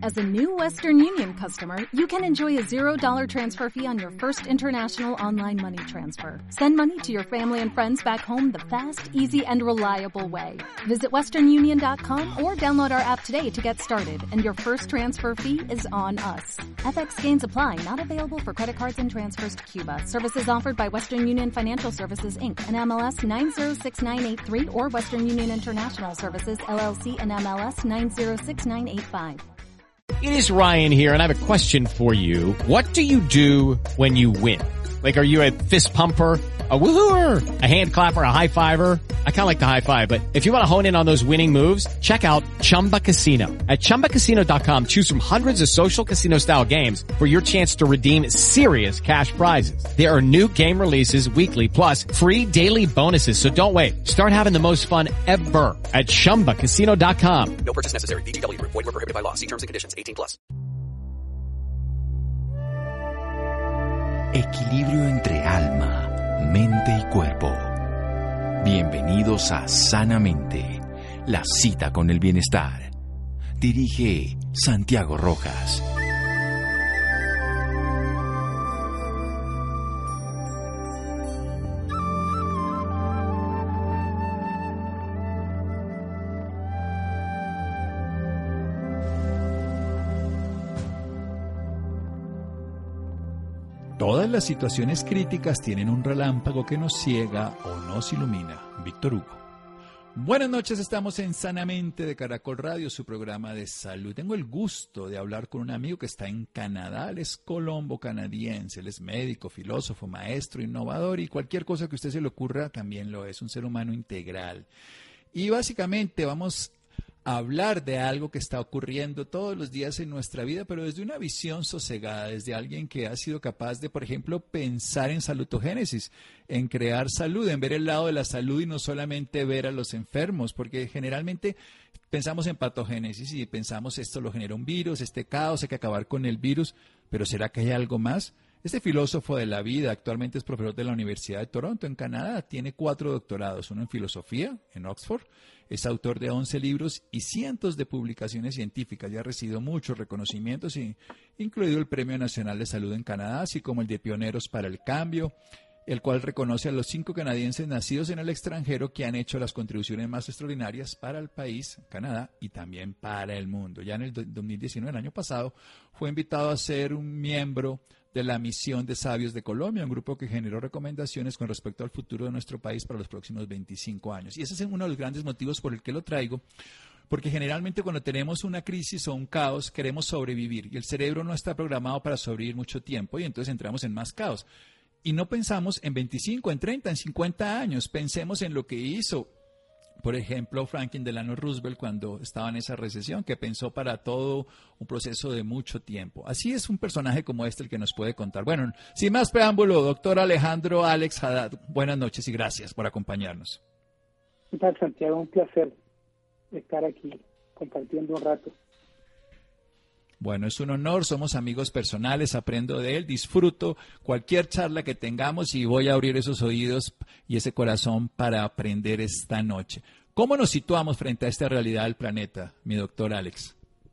As a new Western Union customer, you can enjoy a $0 transfer fee on your first international online money transfer. Send money to your family and friends back home the fast, easy, and reliable way. Visit westernunion.com or download our app today to get started, and your first transfer fee is on us. FX gains apply, not available for credit cards and transfers to Cuba. Services offered by Western Union Financial Services, Inc., and MLS 906983, or Western Union International Services, LLC, and MLS 906985. It is Ryan here, and I have a question for you. What do you do when you win? Like, are you a fist pumper, a woohooer, a hand clapper, a high fiver? I kind of like the high five, but if you want to hone in on those winning moves, check out Chumba Casino. At ChumbaCasino.com, choose from hundreds of social casino-style games for your chance to redeem serious cash prizes. There are new game releases weekly, plus free daily bonuses, so don't wait. Start having the most fun ever at ChumbaCasino.com. No purchase necessary. VGW Group. Void where prohibited by law. See terms and conditions. 18+. Equilibrio entre alma, mente y cuerpo. Bienvenidos a Sanamente, la cita con el bienestar. Dirige Santiago Rojas. Todas las situaciones críticas tienen un relámpago que nos ciega o nos ilumina. Víctor Hugo. Buenas noches, estamos en Sanamente de Caracol Radio, su programa de salud. Tengo el gusto de hablar con un amigo que está en Canadá. Él es colombo canadiense, él es médico, filósofo, maestro, innovador y cualquier cosa que a usted se le ocurra también lo es, un ser humano integral. Y básicamente vamos hablar de algo que está ocurriendo todos los días en nuestra vida, pero desde una visión sosegada, desde alguien que ha sido capaz de, por ejemplo, pensar en salutogénesis, en crear salud, en ver el lado de la salud y no solamente ver a los enfermos, porque generalmente pensamos en patogénesis y pensamos esto lo genera un virus, este caos, hay que acabar con el virus, pero ¿será que hay algo más? Este filósofo de la vida actualmente es profesor de la Universidad de Toronto, en Canadá. Tiene 4 doctorados, uno en filosofía, en Oxford. Es autor de 11 libros y cientos de publicaciones científicas. Ya ha recibido muchos reconocimientos, incluido el Premio Nacional de Salud en Canadá, así como el de Pioneros para el Cambio, el cual reconoce a los 5 canadienses nacidos en el extranjero que han hecho las contribuciones más extraordinarias para el país, Canadá, y también para el mundo. Ya en el 2019, el año pasado, fue invitado a ser un miembro de la Misión de Sabios de Colombia, un grupo que generó recomendaciones con respecto al futuro de nuestro país para los próximos 25 años. Y ese es uno de los grandes motivos por el que lo traigo, porque generalmente cuando tenemos una crisis o un caos queremos sobrevivir y el cerebro no está programado para sobrevivir mucho tiempo y entonces entramos en más caos. Y no pensamos en 25, en 30, en 50 años, pensemos en lo que hizo, por ejemplo, Franklin Delano Roosevelt cuando estaba en esa recesión, que pensó para todo un proceso de mucho tiempo. Así es un personaje como este el que nos puede contar. Bueno, sin más preámbulo, doctor Alejandro Alex Haddad, buenas noches y gracias por acompañarnos. ¿Qué tal, Santiago? Un placer estar aquí compartiendo un rato. Bueno, es un honor, somos amigos personales, aprendo de él, disfruto cualquier charla que tengamos y voy a abrir esos oídos y ese corazón para aprender esta noche. ¿Cómo nos situamos frente a esta realidad del planeta, mi doctor Alex?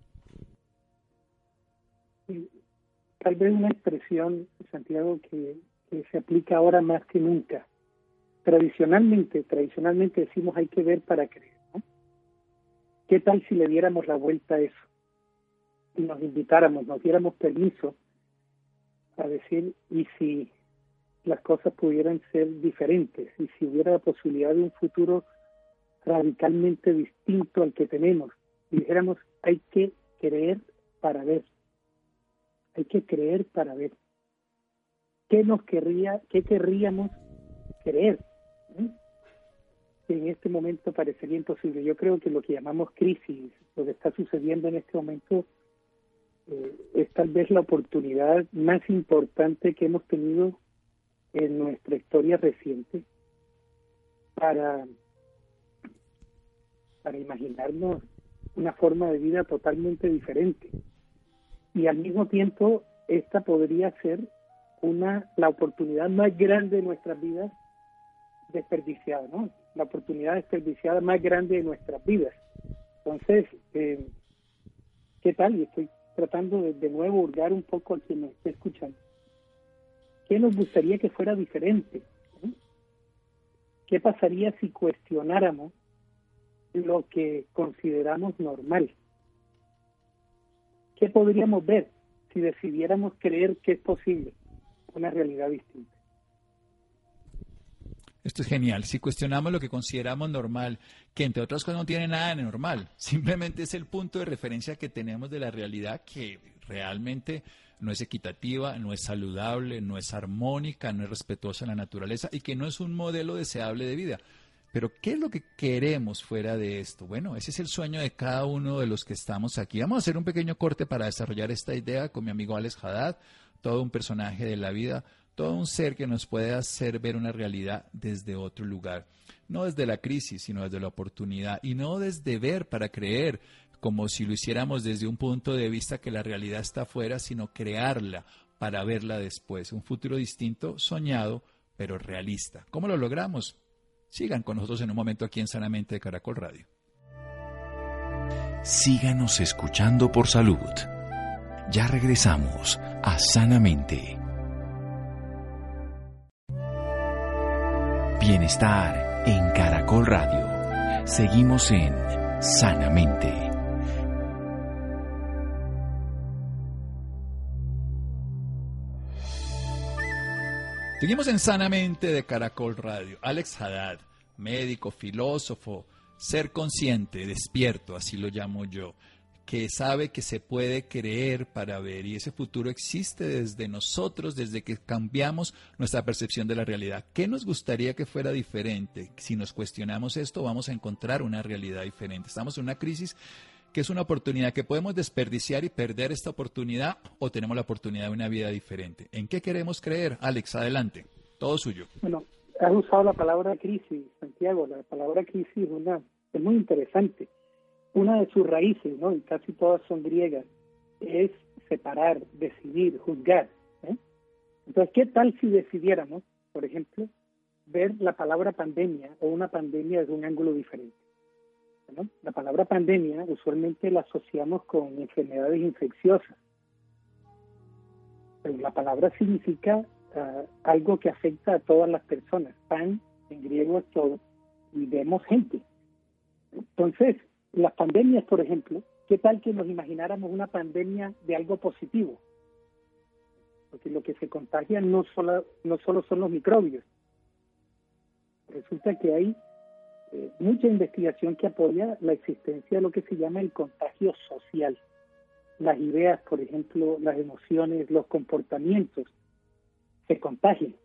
Tal vez una expresión, Santiago, que se aplica ahora más que nunca. Tradicionalmente decimos hay que ver para creer, ¿no? ¿Qué tal si le diéramos la vuelta a eso? Y nos invitáramos, nos diéramos permiso a decir, ¿y si las cosas pudieran ser diferentes? ¿Y si hubiera la posibilidad de un futuro radicalmente distinto al que tenemos? Y dijéramos, hay que creer para ver. Hay que creer para ver. ¿Qué querríamos creer? Que en este momento parecería imposible. Yo creo que lo que llamamos crisis, lo que está sucediendo en este momento, es tal vez la oportunidad más importante que hemos tenido en nuestra historia reciente para imaginarnos una forma de vida totalmente diferente. Y al mismo tiempo, esta podría ser la oportunidad más grande de nuestras vidas desperdiciada, ¿no? La oportunidad desperdiciada más grande de nuestras vidas. Entonces, ¿qué tal? Y estoy tratando de nuevo hurgar un poco a quien nos esté escuchando. ¿Qué nos gustaría que fuera diferente? ¿Qué pasaría si cuestionáramos lo que consideramos normal? ¿Qué podríamos ver si decidiéramos creer que es posible una realidad distinta? Esto es genial. Si cuestionamos lo que consideramos normal, que entre otras cosas no tiene nada de normal, simplemente es el punto de referencia que tenemos de la realidad, que realmente no es equitativa, no es saludable, no es armónica, no es respetuosa de la naturaleza y que no es un modelo deseable de vida. Pero ¿qué es lo que queremos fuera de esto? Bueno, ese es el sueño de cada uno de los que estamos aquí. Vamos a hacer un pequeño corte para desarrollar esta idea con mi amigo Alex Haddad, todo un personaje de la vida, todo un ser que nos puede hacer ver una realidad desde otro lugar. No desde la crisis, sino desde la oportunidad. Y no desde ver para creer, como si lo hiciéramos desde un punto de vista que la realidad está afuera, sino crearla para verla después. Un futuro distinto, soñado, pero realista. ¿Cómo lo logramos? Sigan con nosotros en un momento aquí en Sanamente de Caracol Radio. Síganos escuchando por salud. Ya regresamos a Sanamente. Bienestar en Caracol Radio. Seguimos en Sanamente. Seguimos en Sanamente de Caracol Radio. Alex Haddad, médico, filósofo, ser consciente, despierto, así lo llamo yo, que sabe que se puede creer para ver y ese futuro existe desde nosotros, desde que cambiamos nuestra percepción de la realidad. ¿Qué nos gustaría que fuera diferente? Si nos cuestionamos esto, vamos a encontrar una realidad diferente. Estamos en una crisis que es una oportunidad que podemos desperdiciar y perder esta oportunidad, o tenemos la oportunidad de una vida diferente. ¿En qué queremos creer? Alex, adelante, todo suyo. Bueno, has usado la palabra crisis, Santiago. La palabra crisis es muy interesante. Una de sus raíces, ¿no? Y casi todas son griegas, es separar, decidir, juzgar. Entonces, ¿qué tal si decidiéramos, por ejemplo, ver la palabra pandemia o una pandemia desde un ángulo diferente? ¿No? La palabra pandemia usualmente la asociamos con enfermedades infecciosas, pero la palabra significa algo que afecta a todas las personas. Pan en griego es todo, y vemos gente. Entonces, las pandemias, por ejemplo, ¿qué tal que nos imagináramos una pandemia de algo positivo? Porque lo que se contagia no solo son los microbios. Resulta que hay mucha investigación que apoya la existencia de lo que se llama el contagio social. Las ideas, por ejemplo, las emociones, los comportamientos se contagian.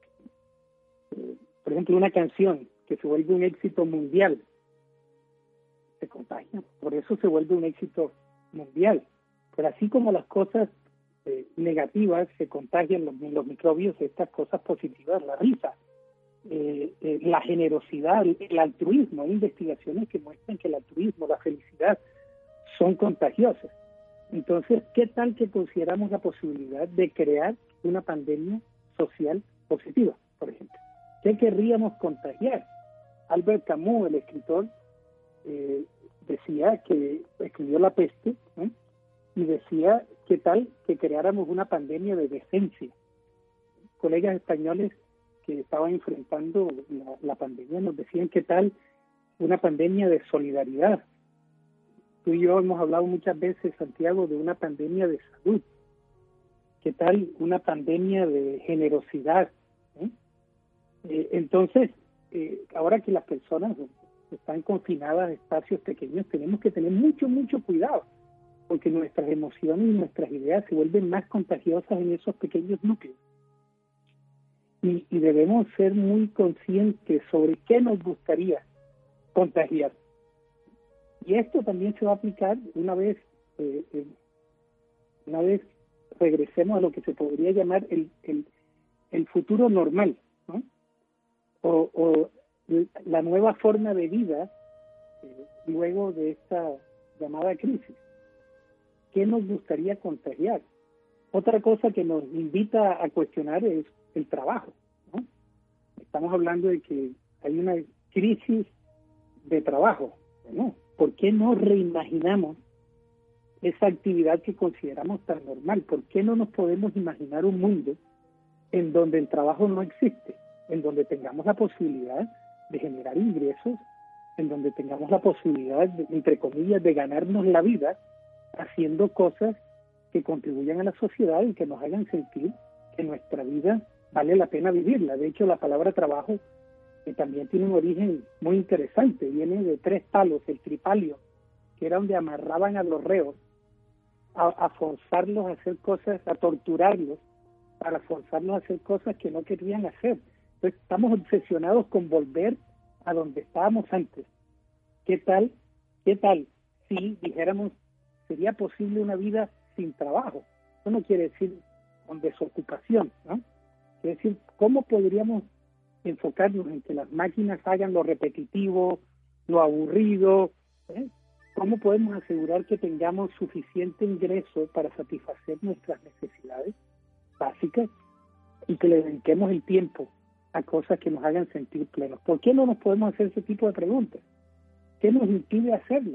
Por ejemplo, una canción que se vuelve un éxito mundial se contagia, por eso se vuelve un éxito mundial. Pero así como las cosas negativas se contagian los microbios, estas cosas positivas, la risa, la generosidad, el altruismo. Hay investigaciones que muestran que el altruismo, la felicidad son contagiosas. Entonces, ¿qué tal que consideramos la posibilidad de crear una pandemia social positiva, por ejemplo? ¿Qué querríamos contagiar? Albert Camus, el escritor, decía que escribió La Peste, ¿no? Y decía, ¿qué tal que creáramos una pandemia de decencia? Colegas españoles que estaban enfrentando la pandemia nos decían, ¿qué tal una pandemia de solidaridad? Tú y yo hemos hablado muchas veces, Santiago, de una pandemia de salud. ¿Qué tal una pandemia de generosidad? Entonces, ahora que las personas están confinadas a espacios pequeños, tenemos que tener mucho, mucho cuidado, porque nuestras emociones y nuestras ideas se vuelven más contagiosas en esos pequeños núcleos. Y debemos ser muy conscientes sobre qué nos gustaría contagiar. Y esto también se va a aplicar una vez regresemos a lo que se podría llamar el futuro normal, ¿no? O la nueva forma de vida luego de esta llamada crisis. ¿Qué nos gustaría contagiar? Otra cosa que nos invita a cuestionar es el trabajo, ¿no? Estamos hablando de que hay una crisis de trabajo, ¿no? ¿Por qué no reimaginamos esa actividad que consideramos tan normal. ¿Por qué no nos podemos imaginar un mundo en donde el trabajo no existe, en donde tengamos la posibilidad de generar ingresos, en donde tengamos la posibilidad, entre comillas, de ganarnos la vida haciendo cosas que contribuyan a la sociedad y que nos hagan sentir que nuestra vida vale la pena vivirla? De hecho, la palabra trabajo también tiene un origen muy interesante, viene de 3 palos, el tripalio, que era donde amarraban a los reos a forzarlos a hacer cosas, a torturarlos, para forzarlos a hacer cosas que no querían hacer. Entonces, estamos obsesionados con volver a donde estábamos antes. ¿Qué tal si dijéramos, sería posible una vida sin trabajo? Eso no quiere decir con desocupación, ¿no? Quiere decir, ¿cómo podríamos enfocarnos en que las máquinas hagan lo repetitivo, lo aburrido? ¿Cómo podemos asegurar que tengamos suficiente ingreso para satisfacer nuestras necesidades básicas y que le dediquemos el tiempo a cosas que nos hagan sentir plenos? ¿Por qué no nos podemos hacer ese tipo de preguntas? ¿Qué nos impide hacerlo?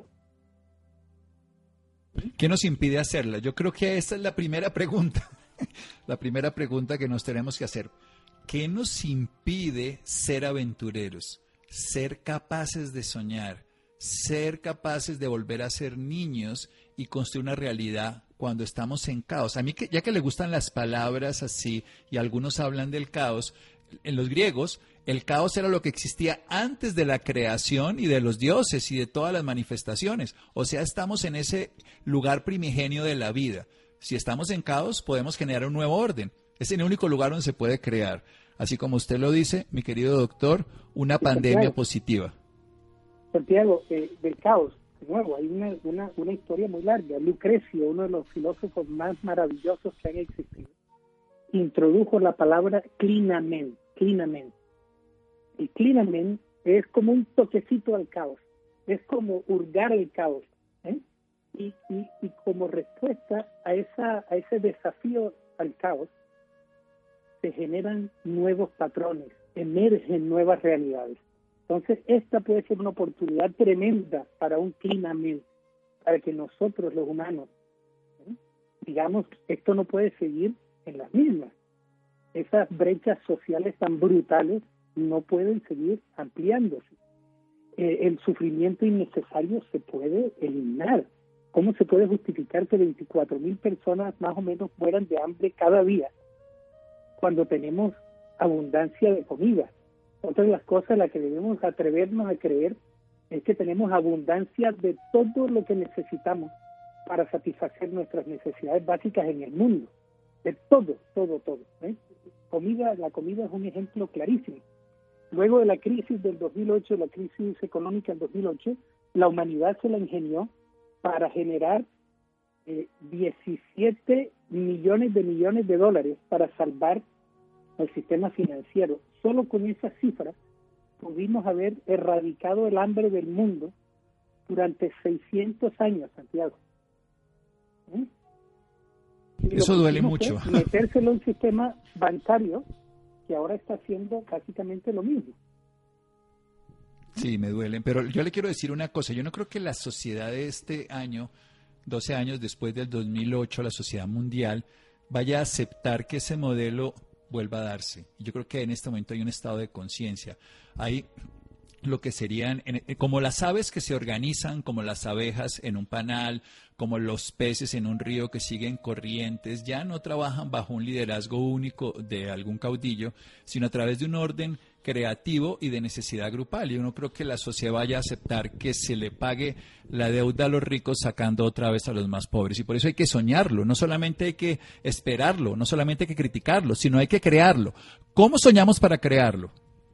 ¿Qué nos impide hacerla? Yo creo que esa es la primera pregunta, la primera pregunta que nos tenemos que hacer. ¿Qué nos impide ser aventureros, ser capaces de soñar, ser capaces de volver a ser niños y construir una realidad cuando estamos en caos? A mí, ya que le gustan las palabras así y algunos hablan del caos, en los griegos el caos era lo que existía antes de la creación y de los dioses y de todas las manifestaciones. O sea, estamos en ese lugar primigenio de la vida. Si estamos en caos, podemos generar un nuevo orden. Es el único lugar donde se puede crear. Así como usted lo dice, mi querido doctor, una pandemia positiva. Santiago, del caos, de nuevo, hay una historia muy larga. Lucrecio, uno de los filósofos más maravillosos que han existido, introdujo la palabra clinamen. El clinamen es como un toquecito al caos, es como hurgar el caos, y como respuesta a ese desafío al caos, se generan nuevos patrones, emergen nuevas realidades. Entonces, esta puede ser una oportunidad tremenda para un clinamen, para que nosotros, los humanos, digamos, esto no puede seguir en las mismas. Esas brechas sociales tan brutales no pueden seguir ampliándose. El sufrimiento innecesario se puede eliminar. ¿Cómo se puede justificar que 24,000 personas más o menos mueran de hambre cada día cuando tenemos abundancia de comida? Otra de las cosas a las que debemos atrevernos a creer es que tenemos abundancia de todo lo que necesitamos para satisfacer nuestras necesidades básicas en el mundo. De todo. La comida es un ejemplo clarísimo. Luego de la crisis del 2008, la crisis económica del 2008, la humanidad se la ingenió para generar 17 millones de dólares para salvar el sistema financiero. Solo con esa cifra pudimos haber erradicado el hambre del mundo durante 600 años, Santiago. Eso duele mucho. Metérselo en un sistema bancario que ahora está haciendo básicamente lo mismo. Sí, me duelen, pero yo le quiero decir una cosa. Yo no creo que la sociedad de este año, 12 años después del 2008, la sociedad mundial, vaya a aceptar que ese modelo vuelva a darse. Yo creo que en este momento hay un estado de conciencia. Hay lo que serían, como las aves que se organizan, como las abejas en un panal, como los peces en un río que siguen corrientes, ya no trabajan bajo un liderazgo único de algún caudillo, sino a través de un orden creativo y de necesidad grupal. Y uno creo que la sociedad vaya a aceptar que se le pague la deuda a los ricos sacando otra vez a los más pobres. Y por eso hay que soñarlo, no solamente hay que esperarlo, no solamente hay que criticarlo, sino hay que crearlo. ¿Cómo soñamos para crearlo?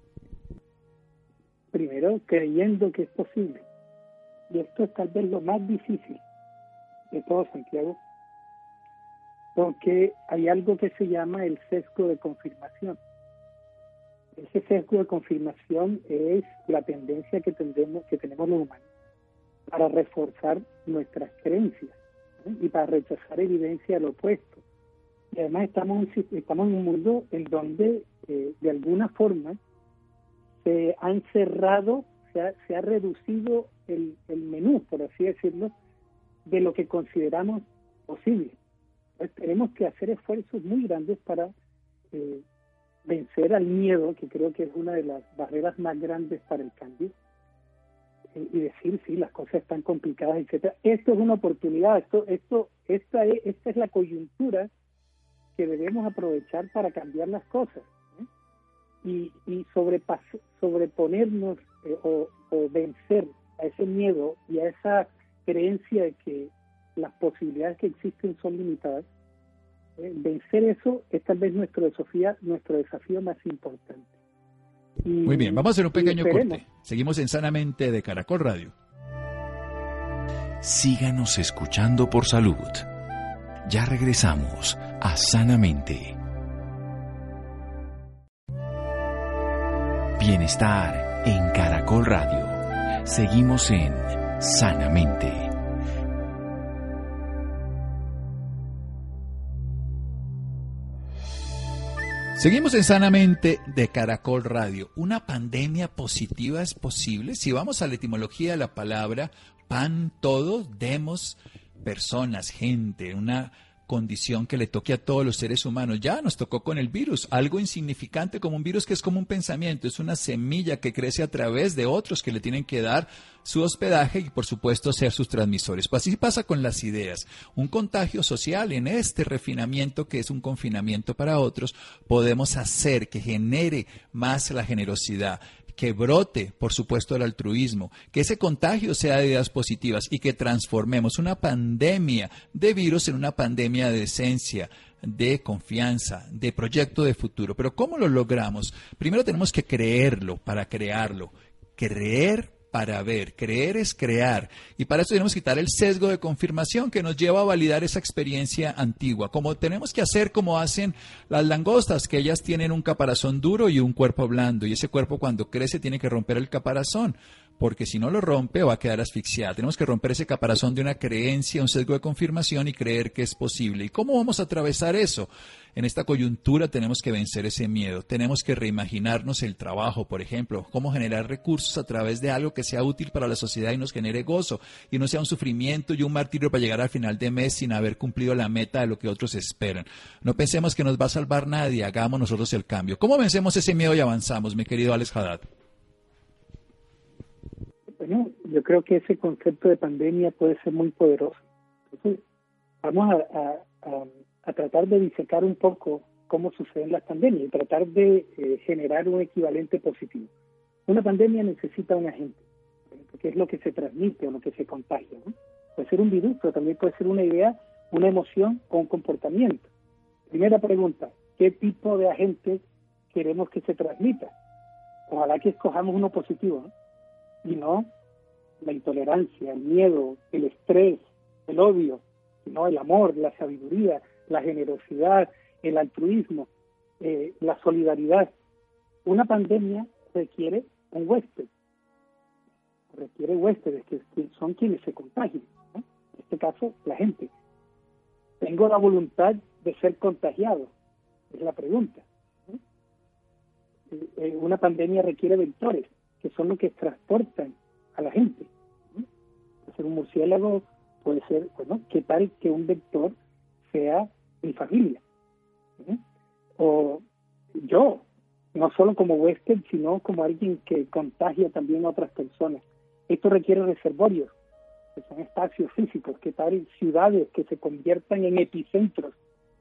Primero, creyendo que es posible. Y esto es tal vez lo más difícil de todo, Santiago, porque hay algo que se llama el sesgo de confirmación. Ese sesgo de confirmación es la tendencia que tenemos los humanos para reforzar nuestras creencias, ¿no? Y para rechazar evidencia del opuesto. Y además estamos en un mundo en donde de alguna forma se han cerrado, se ha reducido el menú, por así decirlo, de lo que consideramos posible. Entonces, tenemos que hacer esfuerzos muy grandes para vencer al miedo, que creo que es una de las barreras más grandes para el cambio, y decir, sí, las cosas están complicadas, etcétera. Esto es una oportunidad, esta es la coyuntura que debemos aprovechar para cambiar las cosas, y sobreponernos o vencer a ese miedo y a esa creencia de que las posibilidades que existen son limitadas. Vencer eso es tal vez nuestro desafío más importante. Muy bien, vamos a hacer un pequeño corte. Seguimos en Sanamente de Caracol Radio. Síganos escuchando por salud. Ya regresamos a Sanamente. Bienestar en Caracol Radio. Seguimos en Sanamente. Seguimos en Sanamente de Caracol Radio. ¿Una pandemia positiva es posible? Si vamos a la etimología de la palabra, pan, todo, demos, personas, gente, una condición que le toque a todos los seres humanos. Ya nos tocó con el virus, algo insignificante como un virus que es como un pensamiento, es una semilla que crece a través de otros que le tienen que dar su hospedaje y por supuesto ser sus transmisores. Pues así pasa con las ideas, un contagio social. En este refinamiento que es un confinamiento para otros, podemos hacer que genere más la generosidad, que brote, por supuesto, el altruismo, que ese contagio sea de ideas positivas y que transformemos una pandemia de virus en una pandemia de decencia, de confianza, de proyecto de futuro. Pero ¿cómo lo logramos? Primero tenemos que creerlo para crearlo. Creer para ver. Creer es crear. Y para eso tenemos que quitar el sesgo de confirmación que nos lleva a validar esa experiencia antigua. Como tenemos que hacer como hacen las langostas, que ellas tienen un caparazón duro y un cuerpo blando. Y ese cuerpo cuando crece tiene que romper el caparazón, porque si no lo rompe va a quedar asfixiada. Tenemos que romper ese caparazón de una creencia, un sesgo de confirmación y creer que es posible. ¿Y cómo vamos a atravesar eso? En esta coyuntura tenemos que vencer ese miedo. Tenemos que reimaginarnos el trabajo, por ejemplo, cómo generar recursos a través de algo que sea útil para la sociedad y nos genere gozo y no sea un sufrimiento y un martirio para llegar al final de mes sin haber cumplido la meta de lo que otros esperan. No pensemos que nos va a salvar nadie, hagamos nosotros el cambio. ¿Cómo vencemos ese miedo y avanzamos, mi querido Alex Haddad? Bueno, yo creo que ese concepto de pandemia puede ser muy poderoso. Entonces, vamos a tratar de disecar un poco cómo suceden las pandemias y tratar de generar un equivalente positivo. Una pandemia necesita un agente, porque es lo que se transmite o lo que se contagia, ¿no? Puede ser un virus, pero también puede ser una idea, una emoción o un comportamiento. Primera pregunta, ¿qué tipo de agente queremos que se transmita? Ojalá que escojamos uno positivo, ¿no? Y no la intolerancia, el miedo, el estrés, el odio, sino el amor, la sabiduría, la generosidad, el altruismo, la solidaridad. Una pandemia requiere un huésped, requiere huéspedes que son quienes se contagian, ¿no? En este caso, la gente. ¿Tengo la voluntad de ser contagiado? Es la pregunta, ¿no? Una pandemia requiere vectores, que son los que transportan a la gente, ¿no? Puede ser un murciélago, puede ser, bueno, ¿qué tal que un vector sea mi familia? ¿No? O yo, no solo como huésped, sino como alguien que contagia también a otras personas. Esto requiere reservorios, que son espacios físicos, que tal ciudades que se conviertan en epicentros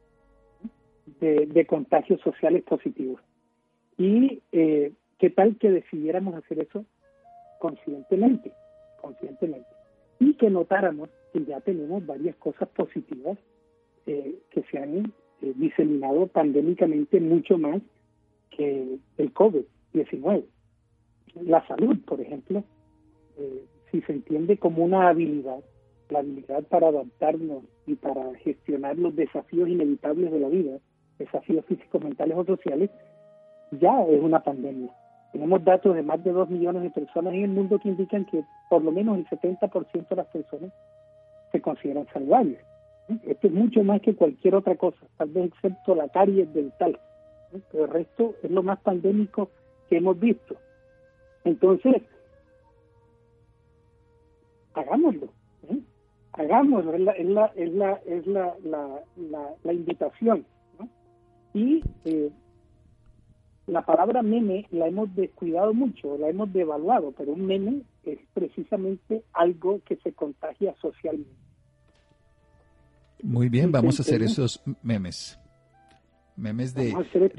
de contagios sociales positivos. Y qué tal que decidiéramos hacer eso conscientemente, y que notáramos que ya tenemos varias cosas positivas que se han diseminado pandémicamente mucho más que el COVID-19. La salud, por ejemplo, si se entiende como una habilidad, la habilidad para adaptarnos y para gestionar los desafíos inevitables de la vida, desafíos físicos, mentales o sociales, ya es una pandemia. Tenemos datos de más de 2 millones de personas en el mundo que indican que por lo menos el 70% de las personas se consideran saludables. Esto es mucho más que cualquier otra cosa, tal vez excepto la caries dental, pero el resto es lo más pandémico que hemos visto. Entonces, hagámoslo, hagámoslo, es la invitación, ¿no? Y la palabra meme la hemos descuidado mucho, la hemos devaluado, pero un meme es precisamente algo que se contagia socialmente. Muy bien, vamos a hacer esos memes. Memes de...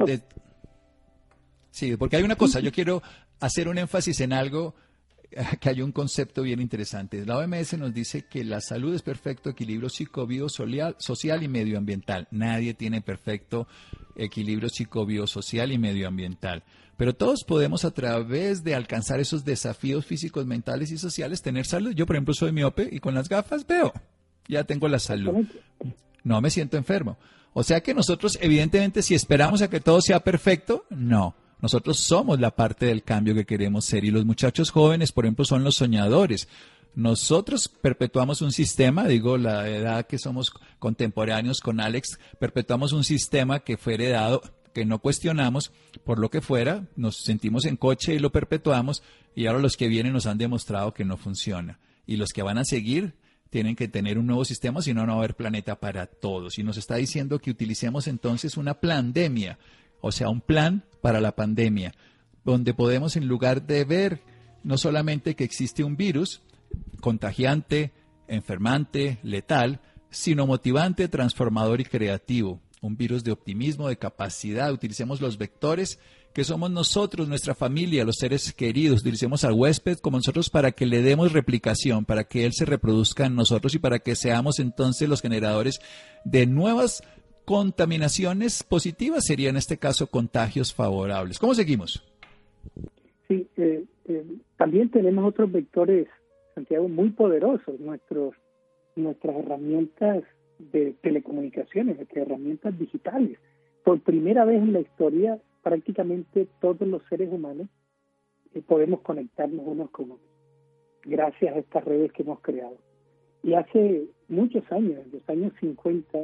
Sí, porque hay una cosa, yo quiero hacer un énfasis en algo, que hay un concepto bien interesante. La OMS nos dice que la salud es perfecto equilibrio psicobiosocial y medioambiental. Nadie tiene perfecto equilibrio psicobiosocial y medioambiental. Pero todos podemos, a través de alcanzar esos desafíos físicos, mentales y sociales, tener salud. Yo, por ejemplo, soy miope y con las gafas veo. Ya tengo la salud. No me siento enfermo. O sea que nosotros, evidentemente, si esperamos a que todo sea perfecto, no. Nosotros somos la parte del cambio que queremos ser. Y los muchachos jóvenes, por ejemplo, son los soñadores. Nosotros perpetuamos un sistema, digo, la edad que somos contemporáneos con Alex, perpetuamos un sistema que fue heredado, que no cuestionamos, por lo que fuera, nos sentimos en coche y lo perpetuamos, y ahora los que vienen nos han demostrado que no funciona. Y los que van a seguir tienen que tener un nuevo sistema, si no, no va a haber planeta para todos. Y nos está diciendo que utilicemos entonces una plandemia, o sea, un plan para la pandemia, donde podemos, en lugar de ver no solamente que existe un virus contagiante, enfermante, letal, sino motivante, transformador y creativo. Un virus de optimismo, de capacidad. Utilicemos los vectores que somos nosotros, nuestra familia, los seres queridos. Utilicemos al huésped como nosotros para que le demos replicación, para que él se reproduzca en nosotros y para que seamos entonces los generadores de nuevas contaminaciones positivas, sería en este caso contagios favorables. ¿Cómo seguimos? Sí, también tenemos otros vectores, Santiago, muy poderosos, nuestras herramientas de telecomunicaciones, nuestras herramientas digitales. Por primera vez en la historia, prácticamente todos los seres humanos podemos conectarnos unos con otros, gracias a estas redes que hemos creado. Y hace muchos años, en los años 50,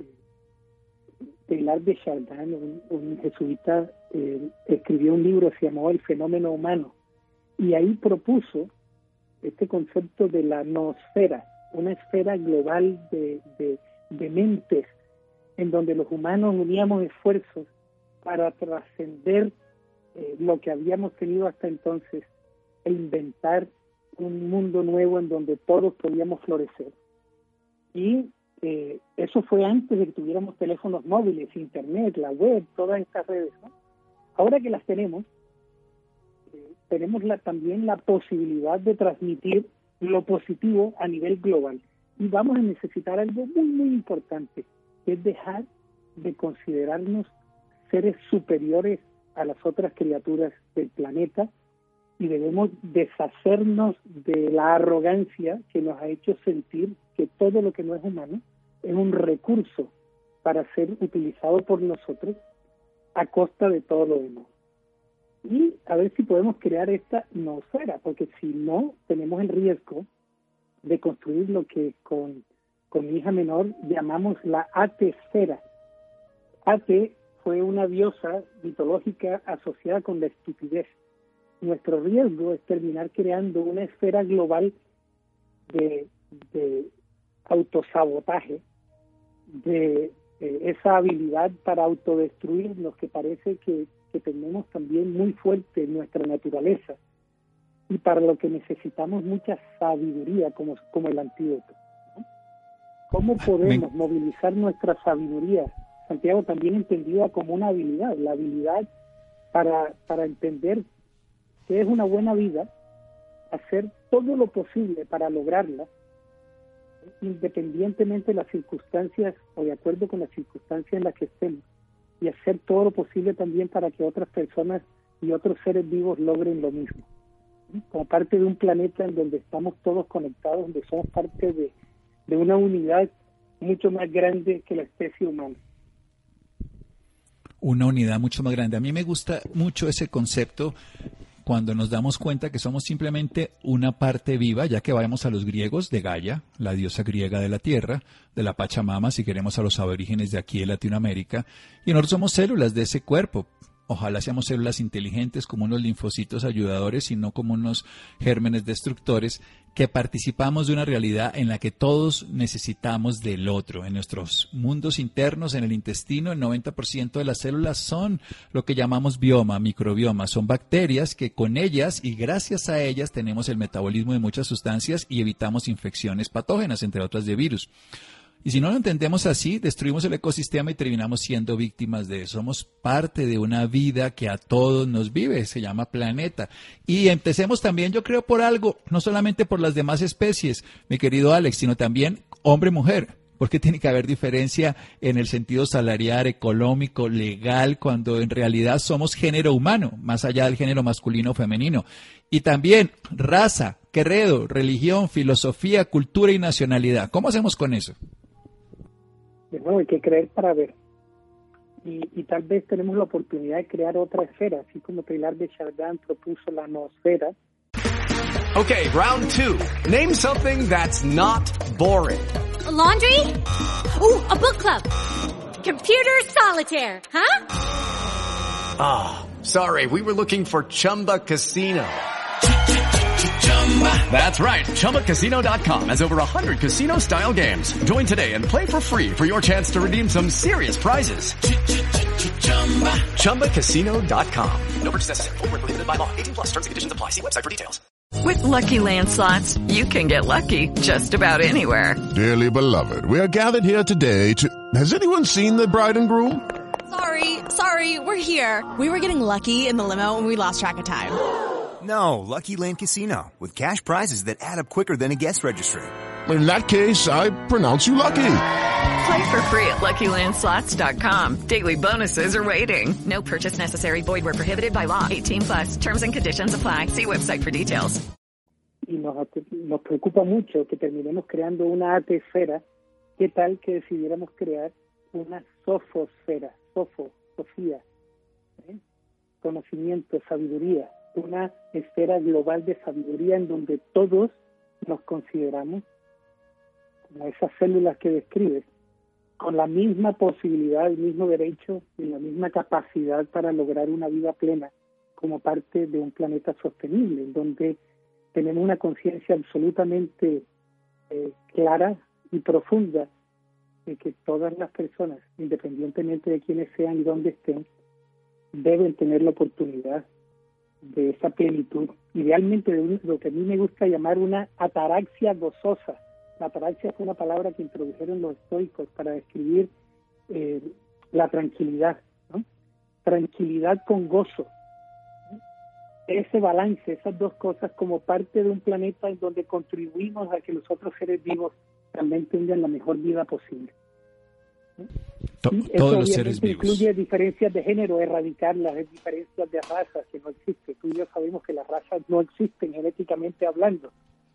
Teilhard de Chardin, un jesuita, escribió un libro que se llamó El fenómeno humano, y ahí propuso este concepto de la noosfera, una esfera global de mentes, en donde los humanos uníamos esfuerzos para trascender lo que habíamos tenido hasta entonces e inventar un mundo nuevo en donde todos podíamos florecer. Y eso fue antes de que tuviéramos teléfonos móviles, internet, la web, todas estas redes, ¿no? Ahora que las tenemos, tenemos también la posibilidad de transmitir lo positivo a nivel global. Y vamos a necesitar algo muy, muy importante, que es dejar de considerarnos seres superiores a las otras criaturas del planeta, y debemos deshacernos de la arrogancia que nos ha hecho sentir que todo lo que no es humano es un recurso para ser utilizado por nosotros a costa de todo lo demás. Y a ver si podemos crear esta noosfera, porque si no, tenemos el riesgo de construir lo que con mi hija menor llamamos la Atesfera. Ate fue una diosa mitológica asociada con la estupidez. Nuestro riesgo es terminar creando una esfera global de autosabotaje, de esa habilidad para autodestruirnos que parece que tenemos también muy fuerte en nuestra naturaleza, y para lo que necesitamos mucha sabiduría como el antídoto, ¿no? ¿Cómo podemos movilizar nuestra sabiduría, Santiago, también entendida como una habilidad, la habilidad para entender qué es una buena vida, hacer todo lo posible para lograrla, independientemente de las circunstancias o de acuerdo con las circunstancias en las que estemos, y hacer todo lo posible también para que otras personas y otros seres vivos logren lo mismo, ¿sí? Como parte de un planeta en donde estamos todos conectados, donde somos parte de una unidad mucho más grande que la especie humana. Una unidad mucho más grande. A mí me gusta mucho ese concepto cuando nos damos cuenta que somos simplemente una parte viva, ya que vayamos a los griegos, de Gaia, la diosa griega de la tierra, de la Pachamama, si queremos a los aborígenes de aquí de Latinoamérica, y nosotros somos células de ese cuerpo. Ojalá seamos células inteligentes como unos linfocitos ayudadores y no como unos gérmenes destructores que participamos de una realidad en la que todos necesitamos del otro. En nuestros mundos internos, en el intestino, el 90% de las células son lo que llamamos bioma, microbioma. Son bacterias que con ellas y gracias a ellas tenemos el metabolismo de muchas sustancias y evitamos infecciones patógenas, entre otras de virus. Y si no lo entendemos así, destruimos el ecosistema y terminamos siendo víctimas de eso. Somos parte de una vida que a todos nos vive, se llama planeta. Y empecemos también, yo creo, por algo, no solamente por las demás especies, mi querido Alex, sino también hombre-mujer. Porque tiene que haber diferencia en el sentido salarial, económico, legal, cuando en realidad somos género humano, más allá del género masculino o femenino. Y también raza, credo, religión, filosofía, cultura y nacionalidad. ¿Cómo hacemos con eso? De nuevo, hay que creer para ver. Y tal vez tenemos la oportunidad de crear otra esfera, así como Teilhard de Chardin propuso la noosfera. Okay, round two. Name something that's not boring. A laundry? Ooh, a book club. Computer solitaire, huh? Ah, sorry, we were looking for Chumba Casino. That's right, ChumbaCasino.com has over 100 casino-style games. Join today and play for free for your chance to redeem some serious prizes. ChumbaCasino.com. No purchase necessary. Void where prohibited by law. 18 plus terms and conditions apply. See website for details. With Lucky Land Slots, you can get lucky just about anywhere. Dearly beloved, we are gathered here today to... Has anyone seen the bride and groom? Sorry, we're here. We were getting lucky in the limo and we lost track of time. No, Lucky Land Casino, with cash prizes that add up quicker than a guest registry. In that case, I pronounce you lucky. Play for free at LuckyLandSlots.com. Daily bonuses are waiting. No purchase necessary. Void where prohibited by law. 18 plus. Terms and conditions apply. See website for details. Y nos preocupa mucho que terminemos creando una atesfera. ¿Qué tal que decidiéramos crear una sofosfera? Sofía, conocimiento, sabiduría. Una esfera global de sabiduría en donde todos nos consideramos como esas células que describes, con la misma posibilidad, el mismo derecho y la misma capacidad para lograr una vida plena como parte de un planeta sostenible, en donde tenemos una conciencia absolutamente clara y profunda de que todas las personas, independientemente de quiénes sean y dónde estén, deben tener la oportunidad de esa plenitud, idealmente de lo que a mí me gusta llamar una ataraxia gozosa. La ataraxia fue una palabra que introdujeron los estoicos para describir la tranquilidad, ¿no? Tranquilidad con gozo. Ese balance, esas dos cosas como parte de un planeta en donde contribuimos a que los otros seres vivos también tengan la mejor vida posible. Todos los seres vivos. Incluye diferencias de género, erradicar las diferencias de razas que no existen. Tú y yo sabemos que las razas no existen genéticamente hablando.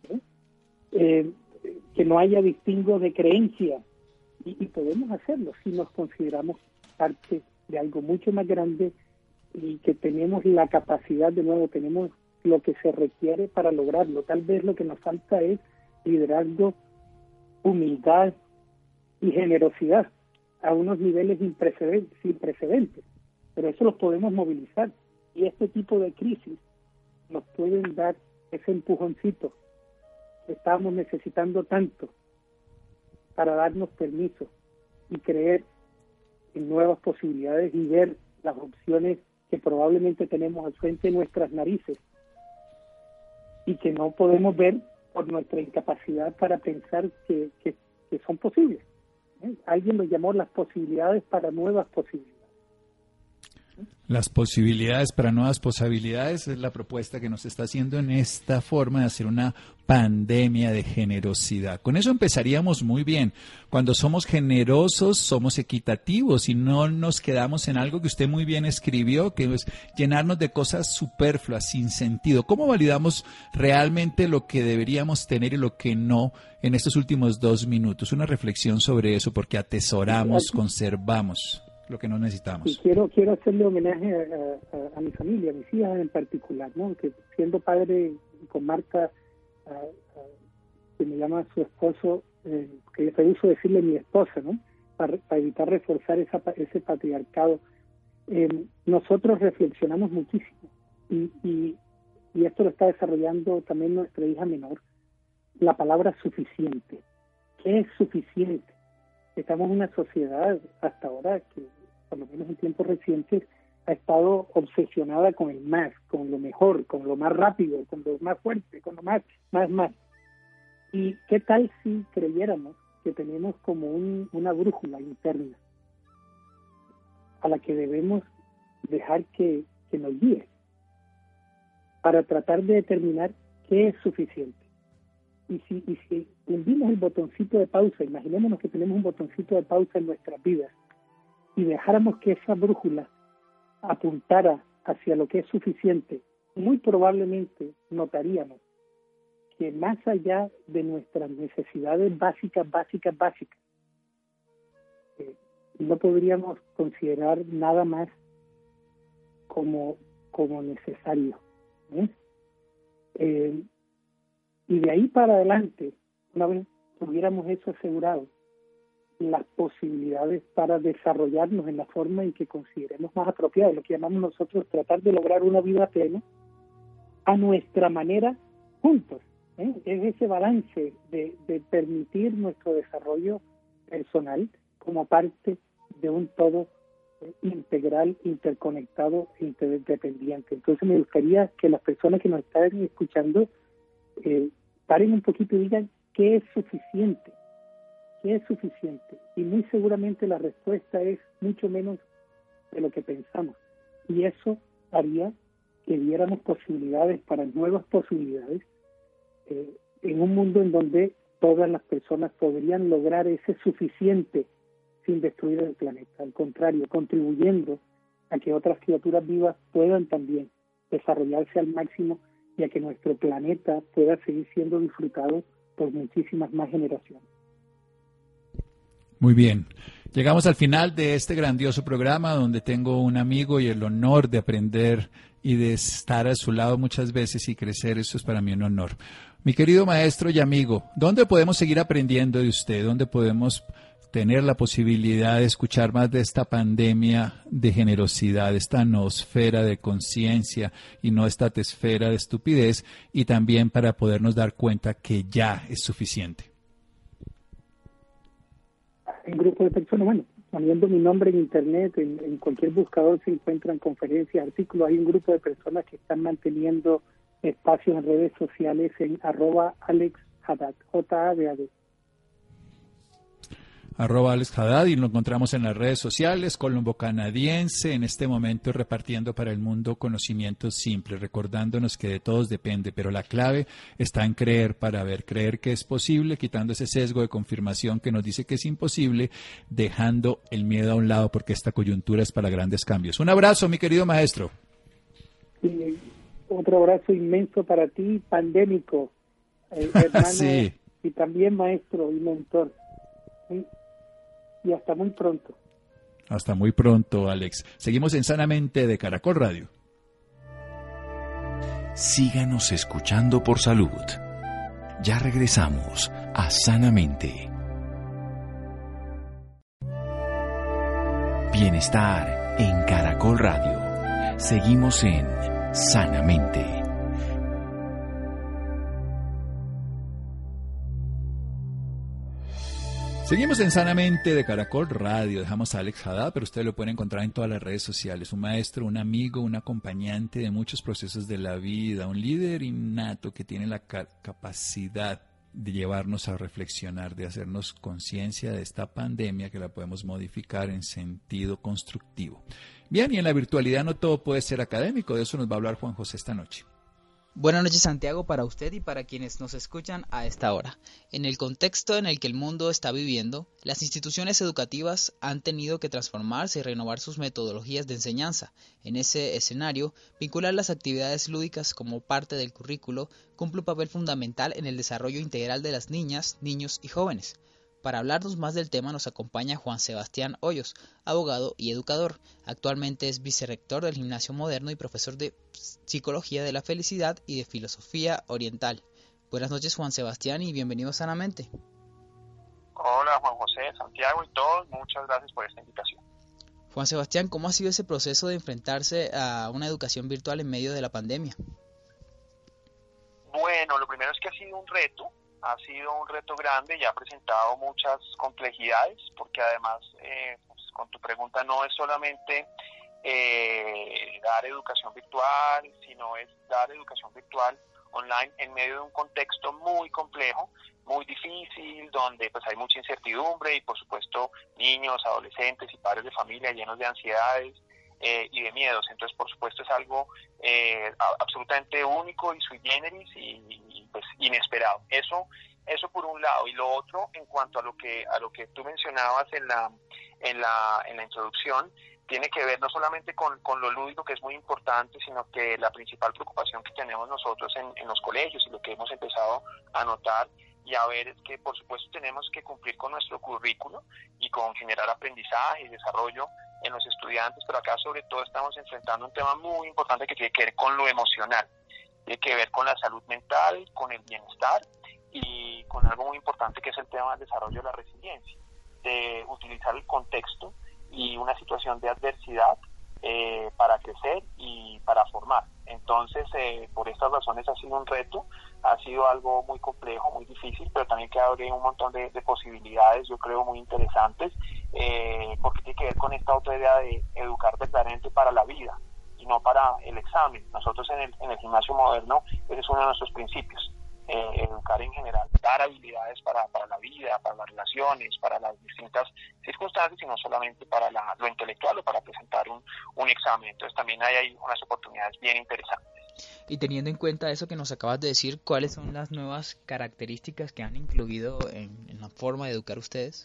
Que no haya distingo de creencia. Y podemos hacerlo si nos consideramos parte de algo mucho más grande y que tenemos la capacidad, de nuevo, tenemos lo que se requiere para lograrlo. Tal vez lo que nos falta es liderazgo, humildad y generosidad a unos niveles sin precedentes, pero eso los podemos movilizar y este tipo de crisis nos pueden dar ese empujoncito que estamos necesitando tanto para darnos permiso y creer en nuevas posibilidades y ver las opciones que probablemente tenemos al frente de nuestras narices y que no podemos ver por nuestra incapacidad para pensar que son posibles. Alguien lo llamó las posibilidades para nuevas posibilidades. Las posibilidades para nuevas posibilidades es la propuesta que nos está haciendo en esta forma de hacer una pandemia de generosidad. Con eso empezaríamos muy bien. Cuando somos generosos, somos equitativos y no nos quedamos en algo que usted muy bien escribió, que es llenarnos de cosas superfluas, sin sentido. ¿Cómo validamos realmente lo que deberíamos tener y lo que no en estos últimos 2 minutos? Una reflexión sobre eso, porque atesoramos, conservamos lo que no necesitamos. Y quiero hacerle homenaje a mi familia, a mis hijas en particular, ¿no? Que siendo padre con Marta, que me llama su esposo, que le rehuso decirle mi esposa, ¿no? Para evitar reforzar ese patriarcado. Nosotros reflexionamos muchísimo y esto lo está desarrollando también nuestra hija menor, la palabra suficiente. ¿Qué es suficiente? Estamos en una sociedad hasta ahora que, por lo menos en tiempos recientes, ha estado obsesionada con el más, con lo mejor, con lo más rápido, con lo más fuerte, con lo más. ¿Y qué tal si creyéramos que tenemos como una brújula interna a la que debemos dejar que nos guíe para tratar de determinar qué es suficiente? Y si hundimos el botoncito de pausa, imaginémonos que tenemos un botoncito de pausa en nuestras vidas y dejáramos que esa brújula apuntara hacia lo que es suficiente, muy probablemente notaríamos que más allá de nuestras necesidades básicas, no podríamos considerar nada más como necesario. Y de ahí para adelante, una vez tuviéramos eso asegurado, las posibilidades para desarrollarnos en la forma en que consideremos más apropiada, lo que llamamos nosotros tratar de lograr una vida plena a nuestra manera, juntos. Es ese balance de permitir nuestro desarrollo personal como parte de un todo integral, interconectado e interdependiente. Entonces me gustaría que las personas que nos están escuchando paren un poquito y digan qué es suficiente. ¿Qué es suficiente? Y muy seguramente la respuesta es mucho menos de lo que pensamos. Y eso haría que diéramos posibilidades para nuevas posibilidades en un mundo en donde todas las personas podrían lograr ese suficiente sin destruir el planeta. Al contrario, contribuyendo a que otras criaturas vivas puedan también desarrollarse al máximo y a que nuestro planeta pueda seguir siendo disfrutado por muchísimas más generaciones. Muy bien. Llegamos al final de este grandioso programa donde tengo un amigo y el honor de aprender y de estar a su lado muchas veces y crecer. Eso es para mí un honor. Mi querido maestro y amigo, ¿dónde podemos seguir aprendiendo de usted? ¿Dónde podemos tener la posibilidad de escuchar más de esta pandemia de generosidad, esta noosfera de conciencia y no esta esfera de estupidez, y también para podernos dar cuenta que ya es suficiente? En grupo de personas, bueno, poniendo mi nombre en internet, en cualquier buscador se encuentran conferencias, artículos. Hay un grupo de personas que están manteniendo espacios en redes sociales en @AlexHaddad, J-A-D-A-D. @AlexHaddad, y lo encontramos en las redes sociales. Colombo canadiense, en este momento repartiendo para el mundo conocimientos simples, recordándonos que de todos depende, pero la clave está en creer para ver, creer que es posible, quitando ese sesgo de confirmación que nos dice que es imposible, dejando el miedo a un lado, porque esta coyuntura es para grandes cambios. Un abrazo, mi querido maestro. Y otro abrazo inmenso para ti, pandémico, hermano, sí. Y también maestro y mentor. ¿Sí? Y hasta muy pronto. Hasta muy pronto, Alex. Seguimos en Sanamente de Caracol Radio. Síganos escuchando por salud. Ya regresamos a Sanamente. Bienestar en Caracol Radio. Seguimos en Sanamente. Seguimos en Sanamente de Caracol Radio. Dejamos a Alex Haddad, pero usted lo puede encontrar en todas las redes sociales. Un maestro, un amigo, un acompañante de muchos procesos de la vida, un líder innato que tiene la capacidad de llevarnos a reflexionar, de hacernos conciencia de esta pandemia que la podemos modificar en sentido constructivo. Bien, y en la virtualidad no todo puede ser académico. De eso nos va a hablar Juan José esta noche. Buenas noches, Santiago, para usted y para quienes nos escuchan a esta hora. En el contexto en el que el mundo está viviendo, las instituciones educativas han tenido que transformarse y renovar sus metodologías de enseñanza. En ese escenario, vincular las actividades lúdicas como parte del currículo cumple un papel fundamental en el desarrollo integral de las niñas, niños y jóvenes. Para hablarnos más del tema nos acompaña Juan Sebastián Hoyos, abogado y educador. Actualmente es vicerrector del Gimnasio Moderno y profesor de Psicología de la Felicidad y de Filosofía Oriental. Buenas noches, Juan Sebastián, y bienvenido a Sanamente. Hola, Juan José, Santiago y todos, muchas gracias por esta invitación. Juan Sebastián, ¿cómo ha sido ese proceso de enfrentarse a una educación virtual en medio de la pandemia? Bueno, lo primero es que ha sido un reto, ha sido un reto grande y ha presentado muchas complejidades, porque además, pues con tu pregunta, no es solamente dar educación virtual, sino es dar educación virtual online en medio de un contexto muy complejo, muy difícil, donde pues hay mucha incertidumbre y por supuesto niños, adolescentes y padres de familia llenos de ansiedades y de miedos. Entonces, por supuesto, es algo absolutamente único y sui generis y pues inesperado. Eso por un lado. Y lo otro, en cuanto a lo que tú mencionabas en la introducción, tiene que ver no solamente con lo lúdico, que es muy importante, sino que la principal preocupación que tenemos nosotros en los colegios y lo que hemos empezado a notar y a ver es que, por supuesto, tenemos que cumplir con nuestro currículo y con generar aprendizaje y desarrollo en los estudiantes, pero acá sobre todo estamos enfrentando un tema muy importante que tiene que ver con lo emocional, tiene que ver con la salud mental, con el bienestar y con algo muy importante que es el tema del desarrollo de la resiliencia, de utilizar el contexto y una situación de adversidad para crecer y para formar. Entonces, por estas razones ha sido un reto, ha sido algo muy complejo, muy difícil, pero también que abre un montón de posibilidades, yo creo, muy interesantes, porque tiene que ver con esta otra idea de educar verdaderamente para la vida y no para el examen. Nosotros en el gimnasio moderno, ese es uno de nuestros principios. Educar en general, dar habilidades para la vida, para las relaciones, para las distintas circunstancias y no solamente para lo intelectual o para presentar un examen. Entonces también hay unas oportunidades bien interesantes. Y teniendo en cuenta eso que nos acabas de decir, ¿cuáles son las nuevas características que han incluido en la forma de educar ustedes?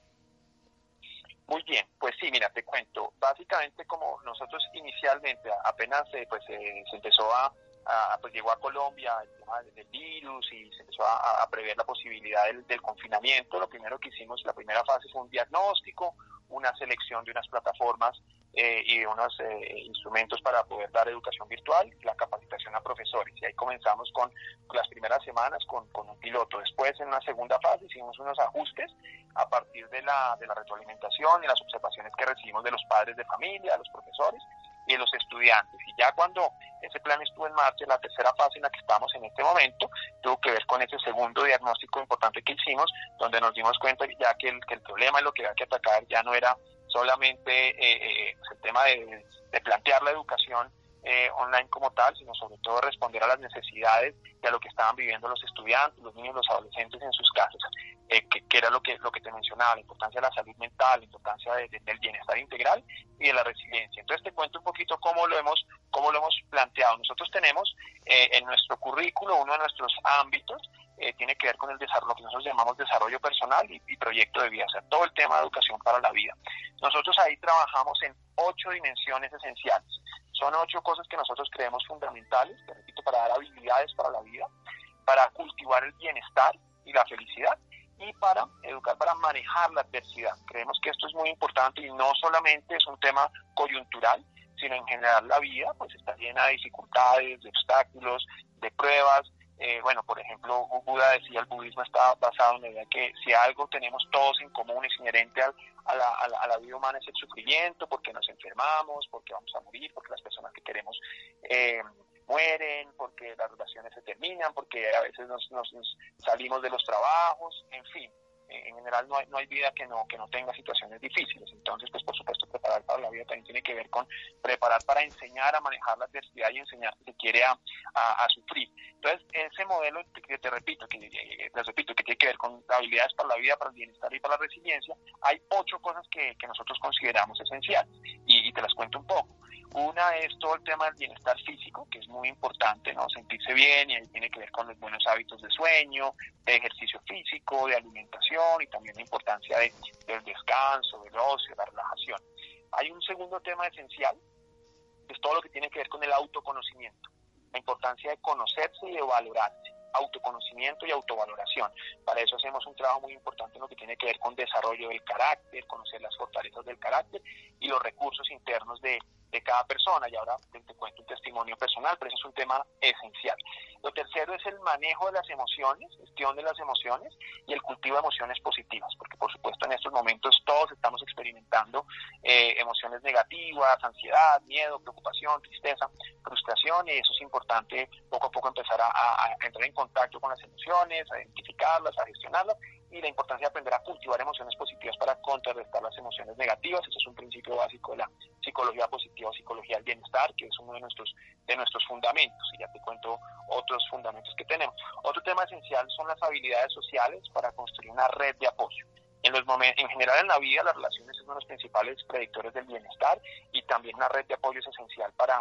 Muy bien, pues sí, mira, te cuento. Básicamente, como nosotros inicialmente apenas se empezó pues llegó a Colombia el tema del virus y se empezó a prever la posibilidad del confinamiento. Lo primero que hicimos, la primera fase fue un diagnóstico, una selección de unas plataformas y de unos instrumentos para poder dar educación virtual, la capacitación a profesores. Y ahí comenzamos con las primeras semanas con un piloto. Después, en una segunda fase, hicimos unos ajustes a partir de la retroalimentación y las observaciones que recibimos de los padres de familia, de los profesores y de los estudiantes. Y ya cuando ese plan estuvo en marcha, la tercera fase en la que estamos en este momento tuvo que ver con ese segundo diagnóstico importante que hicimos, donde nos dimos cuenta ya que el problema y lo que había que atacar ya no era solamente el tema de plantear la educación online como tal, sino sobre todo responder a las necesidades y a lo que estaban viviendo los estudiantes, los niños, los adolescentes en sus casas, que era lo que te mencionaba, la importancia de la salud mental, la importancia del bienestar integral y de la resiliencia. Entonces te cuento un poquito cómo lo hemos planteado. Nosotros tenemos en nuestro currículo, uno de nuestros ámbitos tiene que ver con el desarrollo, lo que nosotros llamamos desarrollo personal y proyecto de vida, o sea, todo el tema de educación para la vida. Nosotros ahí trabajamos en 8 dimensiones esenciales. Son 8 cosas que nosotros creemos fundamentales, te repito, para dar habilidades para la vida, para cultivar el bienestar y la felicidad y para educar para manejar la adversidad. Creemos que esto es muy importante y no solamente es un tema coyuntural, sino en general la vida pues está llena de dificultades, de obstáculos, de pruebas. Bueno, por ejemplo, Buda decía, el budismo está basado en la idea que si algo tenemos todos en común es inherente a la vida humana es el sufrimiento, porque nos enfermamos, porque vamos a morir, porque las personas que queremos mueren, porque las relaciones se terminan, porque a veces nos salimos de los trabajos, en fin. En general no hay vida que no tenga situaciones difíciles. Entonces, pues por supuesto, preparar para la vida también tiene que ver con preparar para enseñar a manejar la adversidad y enseñar si quiere a sufrir. Entonces, ese modelo que te repito, que tiene que ver con habilidades para la vida, para el bienestar y para la resiliencia, hay 8 cosas que nosotros consideramos esenciales y te las cuento un poco. Una es todo el tema del bienestar físico, que es muy importante, ¿no? Sentirse bien, y ahí tiene que ver con los buenos hábitos de sueño, de ejercicio físico, de alimentación y también la importancia del descanso, del ocio, de la relajación. Hay un segundo tema esencial, que es todo lo que tiene que ver con el autoconocimiento, la importancia de conocerse y de valorarse, autoconocimiento y autovaloración. Para eso hacemos un trabajo muy importante en lo que tiene que ver con desarrollo del carácter, conocer las fortalezas del carácter y los recursos internos de de cada persona, y ahora te cuento un testimonio personal, pero eso es un tema esencial. Lo tercero es el manejo de las emociones, gestión de las emociones y el cultivo de emociones positivas, porque por supuesto en estos momentos todos estamos experimentando emociones negativas, ansiedad, miedo, preocupación, tristeza, frustración, y eso es importante poco a poco empezar a entrar en contacto con las emociones, a identificarlas, a gestionarlas, y la importancia de aprender a cultivar emociones positivas para contrarrestar las emociones negativas. Ese es un principio básico de la psicología positiva o psicología del bienestar, que es uno de nuestros fundamentos, y ya te cuento otros fundamentos que tenemos. Otro tema esencial son las habilidades sociales para construir una red de apoyo. En general en la vida, las relaciones son uno de los principales predictores del bienestar, y también una red de apoyo es esencial para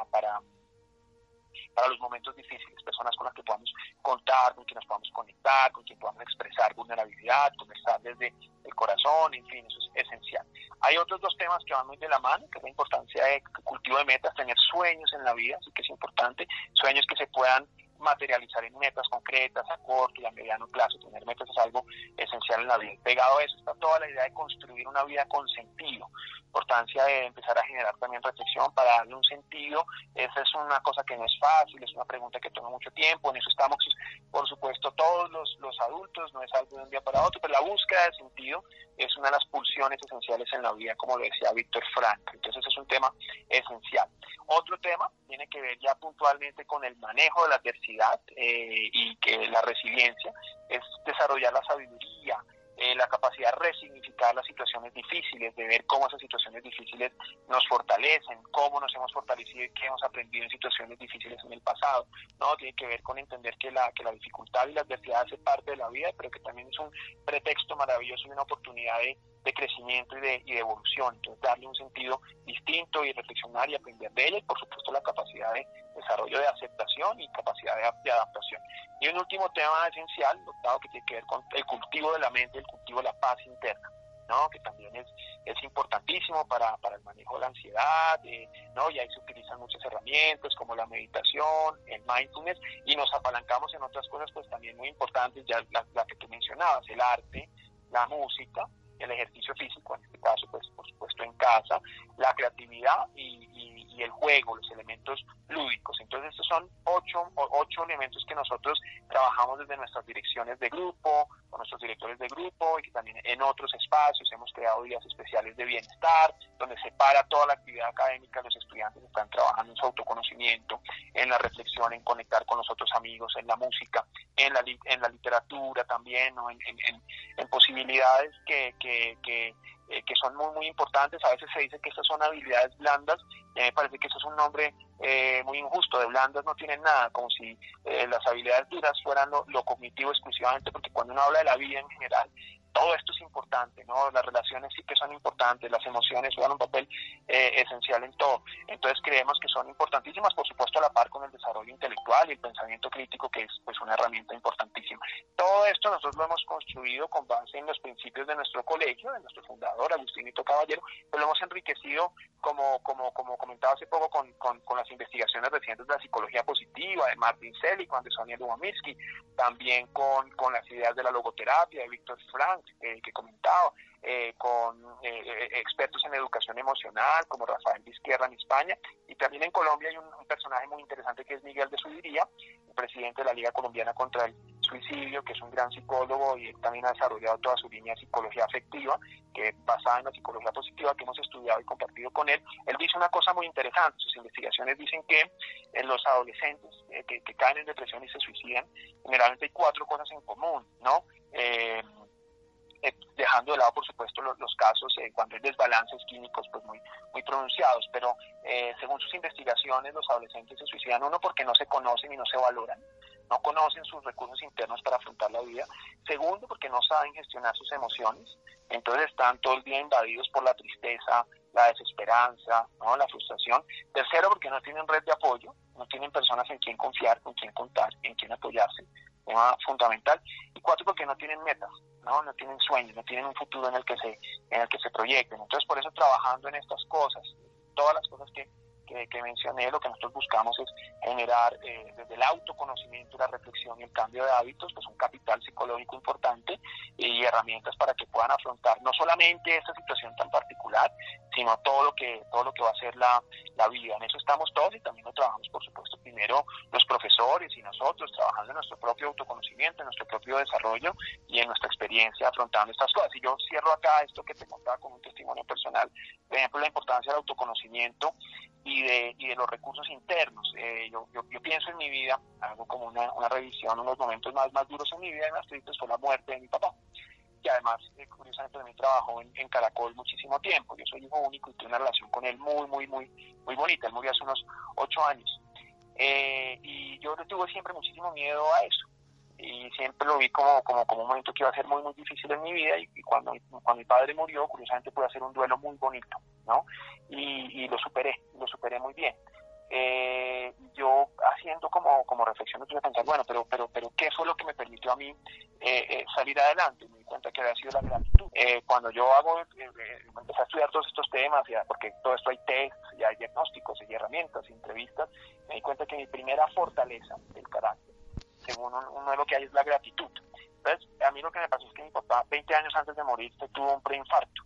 los momentos difíciles, personas con las que podamos contar, con quienes nos podamos conectar, con quien podamos expresar vulnerabilidad, conversar desde el corazón, en fin, eso es esencial. Hay otros dos temas que van muy de la mano, que es la importancia de cultivo de metas, tener sueños en la vida, así que es importante, sueños que se puedan materializar en metas concretas a corto y a mediano plazo. Tener metas es algo esencial en la vida. Pegado a eso está toda la idea de construir una vida con sentido, importancia de empezar a generar también reflexión para darle un sentido. Esa es una cosa que no es fácil, es una pregunta que toma mucho tiempo, en eso estamos por supuesto todos los adultos, no es algo de un día para otro, pero la búsqueda de sentido es una de las pulsiones esenciales en la vida, como lo decía Víctor Frank. Entonces es un tema esencial. Otro tema tiene que ver ya puntualmente con el manejo de la adversidad y que la resiliencia es desarrollar la sabiduría, la capacidad de resignificar las situaciones difíciles, de ver cómo esas situaciones difíciles nos fortalecen, cómo nos hemos fortalecido y qué hemos aprendido en situaciones difíciles en el pasado, ¿no? Tiene que ver con entender que la dificultad y la adversidad hace parte de la vida, pero que también es un pretexto maravilloso y una oportunidad de crecimiento y de evolución. Entonces darle un sentido distinto y reflexionar y aprender de ella, y por supuesto la capacidad de desarrollo de aceptación y capacidad de adaptación. Y un último tema esencial, octavo, que tiene que ver con el cultivo de la mente, el cultivo de la paz interna, ¿no? Que también es importantísimo para el manejo de la ansiedad, ¿no? Y ahí se utilizan muchas herramientas como la meditación, el mindfulness, y nos apalancamos en otras cosas pues también muy importantes, ya la que tú mencionabas, el arte, la música, el ejercicio físico, en este caso pues por supuesto en casa, la creatividad y el juego, los elementos lúdicos. Entonces estos son ocho elementos que nosotros trabajamos desde nuestras direcciones de grupo, con nuestros directores de grupo, y que también en otros espacios hemos creado días especiales de bienestar, donde se para toda la actividad académica, los estudiantes están trabajando en su autoconocimiento, en la reflexión, en conectar con los otros amigos, en la música, en la literatura también, ¿no? en posibilidades que son muy muy importantes. A veces se dice que estas son habilidades blandas, y a mí me parece que eso es un nombre muy injusto. De blandas no tienen nada, como si las habilidades duras fueran lo cognitivo exclusivamente, porque cuando uno habla de la vida en general, todo esto es importante, ¿no? Las relaciones sí que son importantes, las emociones juegan un papel esencial en todo. Entonces creemos que son importantísimas, por supuesto a la par con el desarrollo intelectual y el pensamiento crítico, que es pues una herramienta importantísima. Todo esto nosotros lo hemos construido con base en los principios de nuestro colegio, de nuestro fundador, Agustinito Caballero, pero lo hemos enriquecido, como comentaba hace poco, con las investigaciones recientes de la psicología positiva, de Martin Seligman, de Sonia Lubomirsky, también con las ideas de la logoterapia, de Víctor Frank, que comentaba, con expertos en educación emocional como Rafael Vizquerra en España, y también en Colombia hay un personaje muy interesante que es Miguel de Subiría, el presidente de la Liga Colombiana contra el Suicidio, que es un gran psicólogo, y él también ha desarrollado toda su línea de psicología afectiva, que es basada en la psicología positiva, que hemos estudiado y compartido con él. Él dice una cosa muy interesante: sus investigaciones dicen que en los adolescentes que caen en depresión y se suicidan, generalmente hay 4 cosas en común, ¿no? Dejando de lado por supuesto los casos cuando hay desbalances químicos pues muy pronunciados, pero según sus investigaciones los adolescentes se suicidan, uno, porque no se conocen y no se valoran, no conocen sus recursos internos para afrontar la vida; segundo, porque no saben gestionar sus emociones, entonces están todo el día invadidos por la tristeza, la desesperanza, ¿no? La frustración; tercero, porque no tienen red de apoyo, no tienen personas en quien confiar, con quien contar, en quien apoyarse, tema fundamental; y 4, porque no tienen metas, no tienen sueños, no tienen un futuro en el que se proyecten. Entonces por eso, trabajando en estas cosas, todas las cosas que mencioné, lo que nosotros buscamos es generar desde el autoconocimiento, la reflexión y el cambio de hábitos, pues un capital psicológico importante y herramientas para que puedan afrontar no solamente esta situación tan particular, sino todo lo que va a ser la vida. En eso estamos todos y también lo trabajamos, por supuesto, primero los profesores y nosotros, trabajando en nuestro propio autoconocimiento, en nuestro propio desarrollo y en nuestra experiencia afrontando estas cosas. Y yo cierro acá esto que te contaba con un testimonio personal, por ejemplo, la importancia del autoconocimiento y de los recursos internos. Yo pienso en mi vida, hago como una revisión, unos momentos más duros en mi vida, y más tristes fue la muerte de mi papá, que además, curiosamente, también trabajó en Caracol muchísimo tiempo. Yo soy hijo único y tuve una relación con él muy bonita. Él murió hace unos 8 años. Y yo le tuve siempre muchísimo miedo a eso. Y siempre lo vi como un momento que iba a ser muy difícil en mi vida. Y cuando mi padre murió, curiosamente pude hacer un duelo muy bonito, ¿no? Y lo superé muy bien. Yo haciendo como reflexión me tuve que pensar, bueno, pero ¿qué fue lo que me permitió a mí salir adelante? Me di cuenta que había sido la gratitud. Cuando yo empecé a estudiar todos estos temas, porque todo esto hay tests, y hay diagnósticos, hay herramientas, y entrevistas, me di cuenta que mi primera fortaleza del carácter, según uno de lo que hay, es la gratitud. Entonces, a mí lo que me pasó es que mi papá, 20 años antes de morir, tuvo un preinfarto.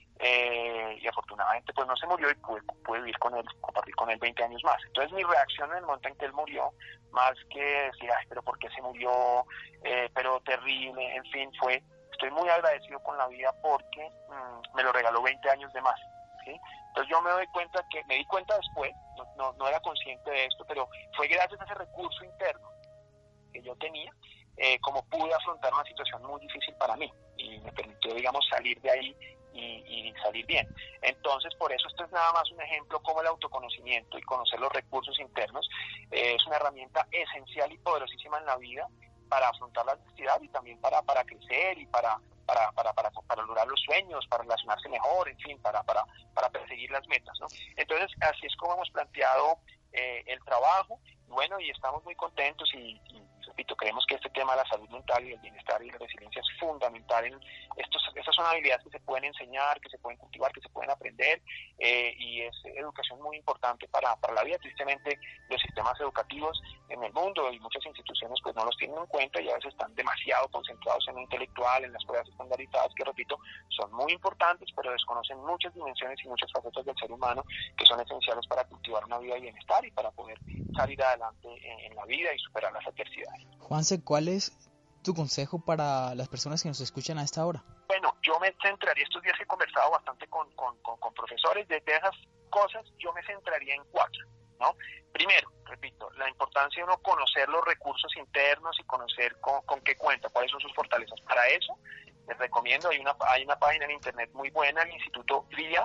Y afortunadamente pues no se murió y pude vivir con él, compartir con él 20 años más. Entonces mi reacción en el momento en que él murió, más que decir, ay, pero ¿por qué se murió? Pero terrible, en fin, estoy muy agradecido con la vida porque me lo regaló 20 años de más, ¿sí? Entonces yo me di cuenta después, no era consciente de esto, pero fue gracias a ese recurso interno que yo tenía, como pude afrontar una situación muy difícil para mí y me permitió, digamos, salir de ahí y salir bien. Entonces, por eso esto es nada más un ejemplo como el autoconocimiento y conocer los recursos internos es una herramienta esencial y poderosísima en la vida para afrontar la adversidad y también para crecer y para lograr los sueños, para relacionarse mejor, en fin, para perseguir las metas, ¿no? Entonces, así es como hemos planteado el trabajo. Bueno, y estamos muy contentos y repito, creemos que este tema de la salud mental y el bienestar y la resiliencia es fundamental. Estas son habilidades que se pueden enseñar, que se pueden cultivar, que se pueden aprender, y es educación muy importante para la vida. Tristemente, los sistemas educativos en el mundo y muchas instituciones pues no los tienen en cuenta y a veces están demasiado concentrados en lo intelectual, en las pruebas estandarizadas, que repito, son muy importantes, pero desconocen muchas dimensiones y muchas facetas del ser humano que son esenciales para cultivar una vida de bienestar y para poder salir adelante en la vida y superar las adversidades. Juanse, ¿cuál es tu consejo para las personas que nos escuchan a esta hora? Bueno, yo me centraría, estos días he conversado bastante con profesores de esas cosas, yo me centraría en 4, ¿no? Primero, repito, la importancia de uno conocer los recursos internos y conocer con qué cuenta, cuáles son sus fortalezas. Para eso, les recomiendo, hay una página en internet muy buena, el Instituto VIA,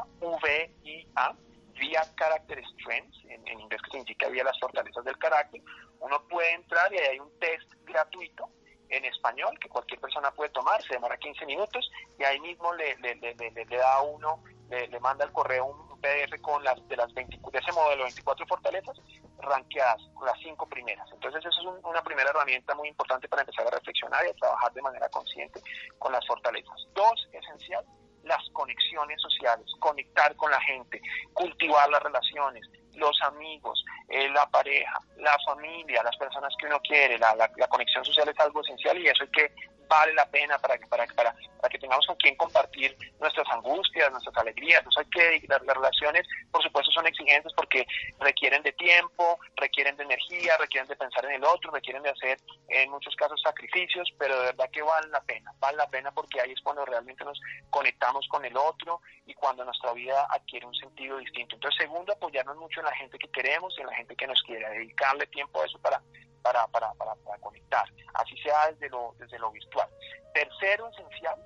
VIA Character Strengths, en inglés, que significa Vía las fortalezas del carácter. Uno puede entrar y hay un test gratuito en español que cualquier persona puede tomar, se demora 15 minutos y ahí mismo le da a uno, le manda al correo un PDF con de ese modelo 24 fortalezas rankeadas, las 5 primeras. Entonces eso es una primera herramienta muy importante para empezar a reflexionar y a trabajar de manera consciente con las fortalezas. 2, esencial, las conexiones sociales, conectar con la gente, cultivar las relaciones, los amigos, la pareja, la familia, las personas que uno quiere. La conexión social es algo esencial y eso es que vale la pena para que tengamos con quien compartir nuestras angustias, nuestras alegrías. Eso hay que, las relaciones, por supuesto, son exigentes porque requieren de tiempo, requieren de energía, requieren de pensar en el otro, requieren de hacer, en muchos casos, sacrificios, pero de verdad que vale la pena porque ahí es cuando realmente nos conectamos con el otro y cuando nuestra vida adquiere un sentido distinto. Entonces, segundo, apoyarnos mucho en la gente que queremos y en la gente que nos quiere, dedicarle tiempo a eso para conectar, así sea desde lo virtual. Tercero, esencial,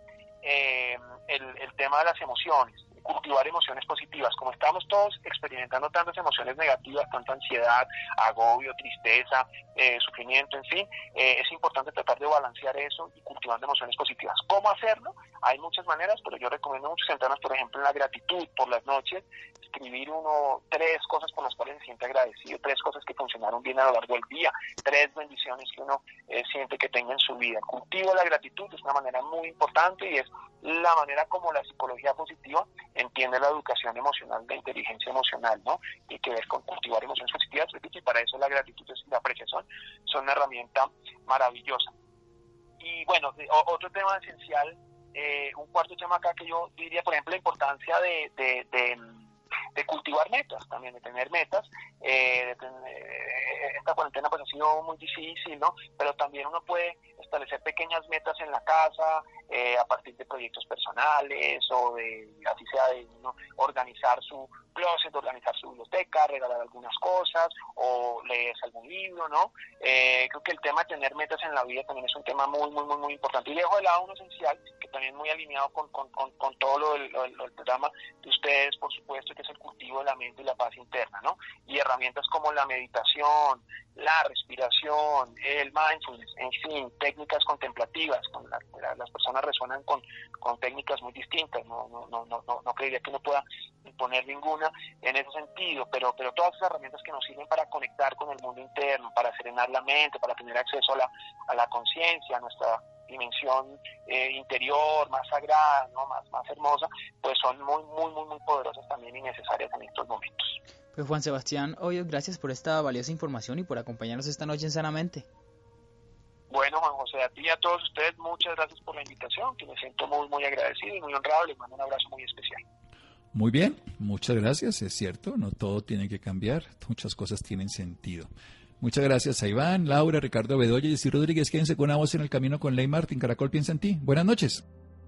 el tema de las emociones, cultivar emociones positivas. Como estamos todos experimentando tantas emociones negativas, tanta ansiedad, agobio, tristeza, sufrimiento, en fin, es importante tratar de balancear eso y cultivando emociones positivas. ¿Cómo hacerlo? Hay muchas maneras, pero yo recomiendo mucho centrarnos, por ejemplo, en la gratitud. Por las noches, escribir 3 cosas por las cuales se siente agradecido, 3 cosas que funcionaron bien a lo largo del día, 3 bendiciones que uno siente que tenga en su vida. El cultivo de la gratitud es una manera muy importante y es la manera como la psicología positiva entiende la educación emocional, la inteligencia emocional, ¿no? Y que ver con cultivar emociones positivas, repito, y para eso la gratitud y la apreciación son una herramienta maravillosa. Y bueno, otro tema esencial un cuarto tema acá que yo diría, por ejemplo, la importancia de cultivar metas, también de tener metas. Esta cuarentena pues ha sido muy difícil, ¿no? Pero también uno puede establecer pequeñas metas en la casa, a partir de proyectos personales o de, así sea, de uno organizar su closet, organizar su biblioteca, regalar algunas cosas o leerse algún libro, ¿no? Creo que el tema de tener metas en la vida también es un tema muy importante. Y dejo de lado uno esencial, que también muy alineado con todo el programa de ustedes, por supuesto, que es el cultivo de la mente y la paz interna, ¿no? Y herramientas como la meditación, la respiración, el mindfulness, en fin, técnicas contemplativas. Las personas resuenan con técnicas muy distintas. No creería que uno pueda imponer ninguna en ese sentido, pero todas esas herramientas que nos sirven para conectar con el mundo interno, para serenar la mente, para tener acceso a la conciencia, a nuestra dimensión interior, más sagrada, ¿no? más hermosa, pues son muy poderosas también y necesarias en estos momentos. Pues Juan Sebastián Hoyos, gracias por esta valiosa información y por acompañarnos esta noche en Sanamente. Bueno, Juan José, a ti y a todos ustedes, muchas gracias por la invitación, que me siento muy agradecido y muy honrado. Les mando un abrazo muy especial. Muy bien, muchas gracias, es cierto, no todo tiene que cambiar, muchas cosas tienen sentido. Muchas gracias a Iván, Laura, Ricardo Bedoya y Jessy Rodríguez. Quédense con una voz en el camino con Ley Martin. Caracol piensa en ti. Buenas noches.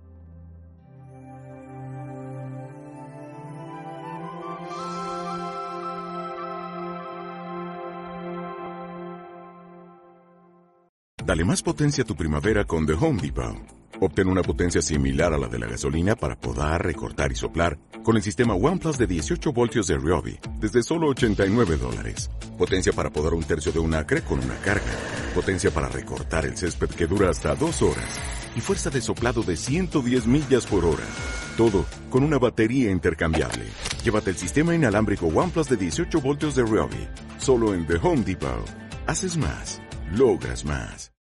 Dale más potencia a tu primavera con The Home Depot. Obtén una potencia similar a la de la gasolina para podar, recortar y soplar con el sistema OnePlus de 18 voltios de Ryobi desde solo $89. Potencia para podar un tercio de un acre con una carga. Potencia para recortar el césped que dura hasta 2 horas. Y fuerza de soplado de 110 millas por hora. Todo con una batería intercambiable. Llévate el sistema inalámbrico OnePlus de 18 voltios de Ryobi. Solo en The Home Depot. Haces más. Logras más.